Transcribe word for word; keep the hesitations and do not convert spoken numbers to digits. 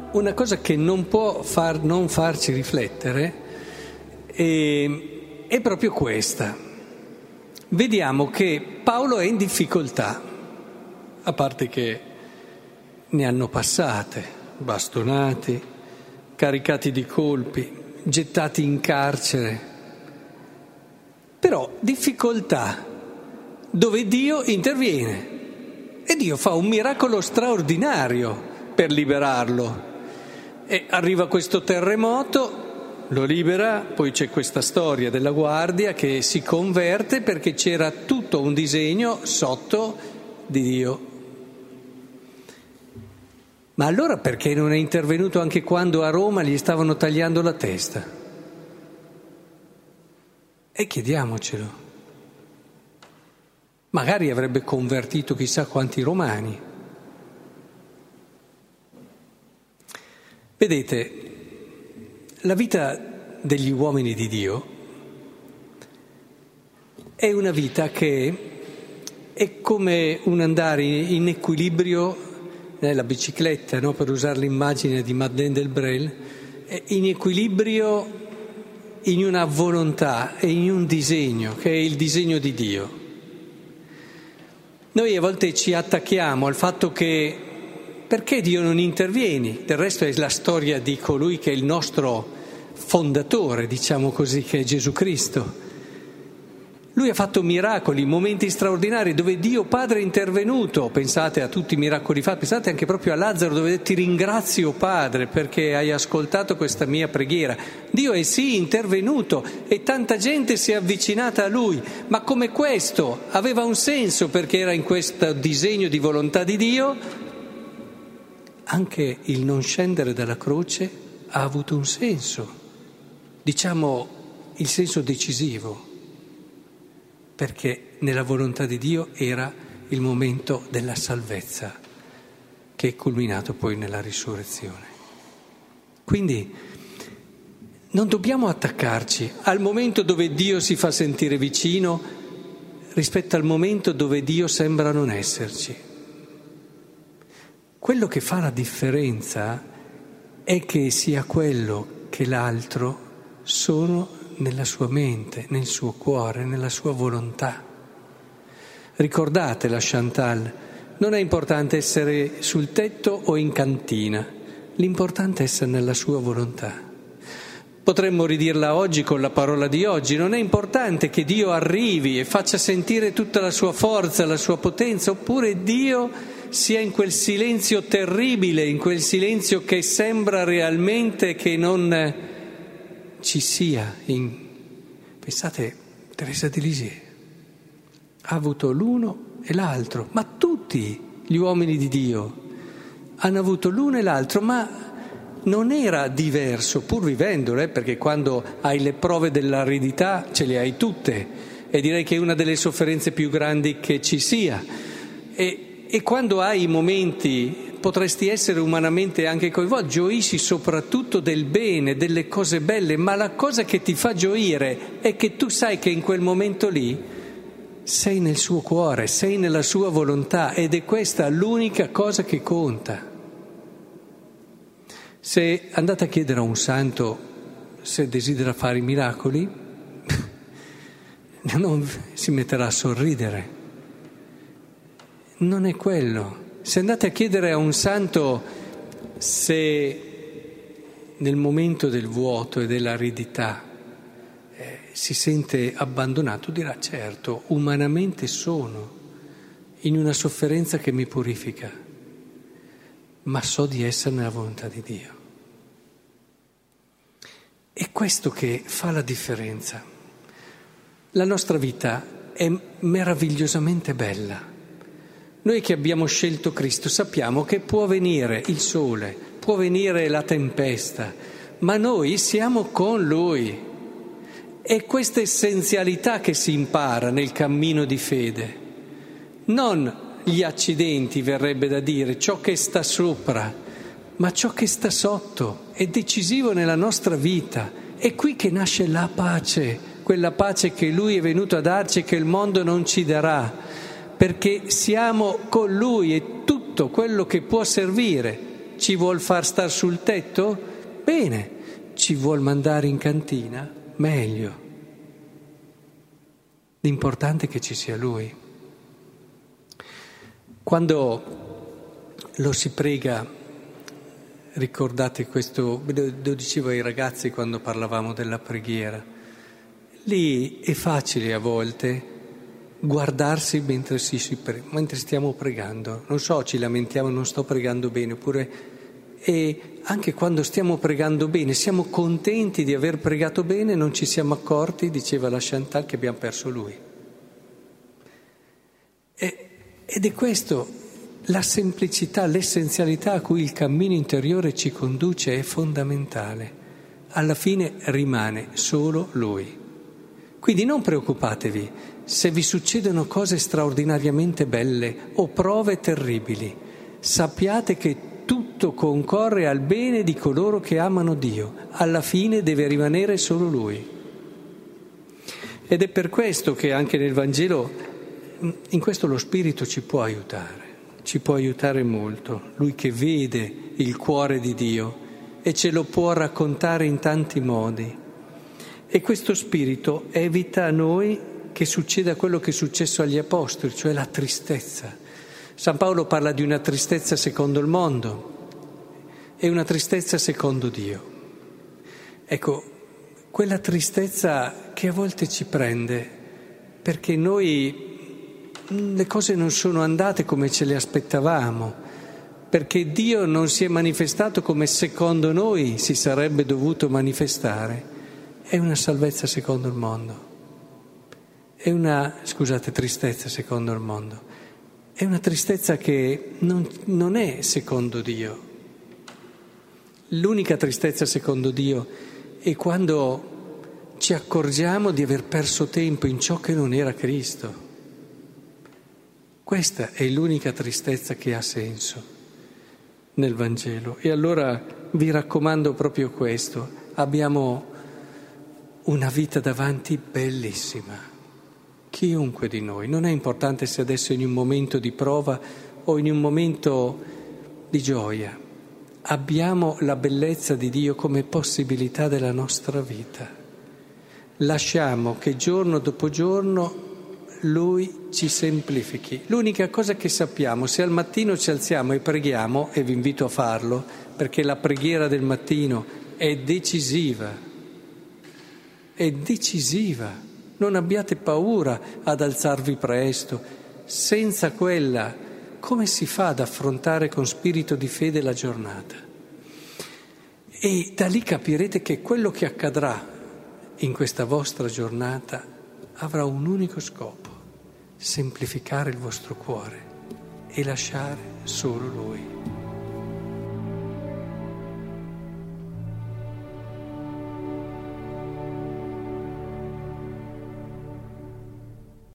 una cosa che non può far, non farci riflettere è, è proprio questa. Vediamo che Paolo è in difficoltà, a parte che ne hanno passate, bastonati, caricati di colpi, gettati in carcere, però difficoltà dove Dio interviene e Dio fa un miracolo straordinario per liberarlo. E arriva questo terremoto, lo libera, poi c'è questa storia della guardia che si converte perché c'era tutto un disegno sotto di Dio. Ma allora perché non è intervenuto anche quando a Roma gli stavano tagliando la testa? E chiediamocelo. Magari avrebbe convertito chissà quanti romani. Vedete, la vita degli uomini di Dio è una vita che è come un andare in equilibrio nella bicicletta, no? Per usare l'immagine di Madeleine Delbrel, è in equilibrio in una volontà e in un disegno che è il disegno di Dio. Noi a volte ci attacchiamo al fatto che perché Dio non interviene? Del resto è la storia di colui che è il nostro fondatore, diciamo così, che è Gesù Cristo. Lui ha fatto miracoli, momenti straordinari dove Dio Padre è intervenuto. Pensate a tutti i miracoli fatti, pensate anche proprio a Lazzaro dove ti ringrazio Padre perché hai ascoltato questa mia preghiera. Dio è sì intervenuto e tanta gente si è avvicinata a Lui, ma come questo aveva un senso perché era in questo disegno di volontà di Dio, anche il non scendere dalla croce ha avuto un senso, diciamo il senso decisivo. Perché nella volontà di Dio era il momento della salvezza, che è culminato poi nella risurrezione. Quindi non dobbiamo attaccarci al momento dove Dio si fa sentire vicino rispetto al momento dove Dio sembra non esserci. Quello che fa la differenza è che sia quello che l'altro sono nella sua mente, nel suo cuore, nella sua volontà. Ricordate la Chantal, non è importante essere sul tetto o in cantina, l'importante è essere nella sua volontà. Potremmo ridirla oggi con la parola di oggi, non è importante che Dio arrivi e faccia sentire tutta la sua forza, la sua potenza, oppure Dio sia in quel silenzio terribile, in quel silenzio che sembra realmente che non ci sia. In... Pensate, Teresa di Lisieux ha avuto l'uno e l'altro, ma tutti gli uomini di Dio hanno avuto l'uno e l'altro, ma non era diverso, pur vivendolo, eh, perché quando hai le prove dell'aridità ce le hai tutte, e direi che è una delle sofferenze più grandi che ci sia. E, e quando hai i momenti potresti essere umanamente anche coinvolto, gioisci soprattutto del bene, delle cose belle, ma la cosa che ti fa gioire è che tu sai che in quel momento lì sei nel suo cuore, sei nella sua volontà ed è questa l'unica cosa che conta. Se andate a chiedere a un santo se desidera fare i miracoli, non si metterà a sorridere. Non è quello. Se andate a chiedere a un santo se nel momento del vuoto e dell'aridità eh, si sente abbandonato, dirà certo, umanamente sono in una sofferenza che mi purifica, ma so di essere nella volontà di Dio. È questo che fa la differenza. La nostra vita è meravigliosamente bella. Noi che abbiamo scelto Cristo sappiamo che può venire il sole, può venire la tempesta, ma noi siamo con Lui. È questa essenzialità che si impara nel cammino di fede. Non gli accidenti, verrebbe da dire, ciò che sta sopra, ma ciò che sta sotto è decisivo nella nostra vita. È qui che nasce la pace, quella pace che Lui è venuto a darci e che il mondo non ci darà. Perché siamo con Lui e tutto quello che può servire Ci vuol far star sul tetto? Bene. Ci vuol mandare in cantina? Meglio. L'importante è che ci sia Lui. Quando lo si prega, ricordate questo, lo dicevo ai ragazzi quando parlavamo della preghiera, lì è facile a volte guardarsi mentre, si, si pre- mentre stiamo pregando. Non so, ci lamentiamo, non sto pregando bene, oppure e anche quando stiamo pregando bene, siamo contenti di aver pregato bene, non ci siamo accorti, diceva la Chantal, che abbiamo perso Lui. E, ed è questo, la semplicità, l'essenzialità a cui il cammino interiore ci conduce è fondamentale. Alla fine rimane solo Lui. Quindi non preoccupatevi se vi succedono cose straordinariamente belle o prove terribili. Sappiate che tutto concorre al bene di coloro che amano Dio. Alla fine deve rimanere solo Lui. Ed è per questo che anche nel Vangelo, in questo lo Spirito ci può aiutare, ci può aiutare molto. Lui che vede il cuore di Dio e ce lo può raccontare in tanti modi. E questo Spirito evita a noi che succeda quello che è successo agli Apostoli, cioè la tristezza. San Paolo parla di una tristezza secondo il mondo e una tristezza secondo Dio. Ecco, quella tristezza che a volte ci prende perché noi le cose non sono andate come ce le aspettavamo, perché Dio non si è manifestato come secondo noi si sarebbe dovuto manifestare. È una salvezza secondo il mondo. È una, scusate, tristezza secondo il mondo. È una tristezza che non, non è secondo Dio. L'unica tristezza secondo Dio è quando ci accorgiamo di aver perso tempo in ciò che non era Cristo. Questa è l'unica tristezza che ha senso nel Vangelo. E allora vi raccomando proprio questo. Abbiamo una vita davanti bellissima. Chiunque di noi, non è importante se adesso è in un momento di prova o in un momento di gioia, abbiamo la bellezza di Dio come possibilità della nostra vita. Lasciamo che giorno dopo giorno Lui ci semplifichi. L'unica cosa che sappiamo, se al mattino ci alziamo e preghiamo, e vi invito a farlo, perché la preghiera del mattino è decisiva, è decisiva. Non abbiate paura ad alzarvi presto. Senza quella, come si fa ad affrontare con spirito di fede la giornata? E da lì capirete che quello che accadrà in questa vostra giornata avrà un unico scopo: semplificare il vostro cuore e lasciare solo Lui.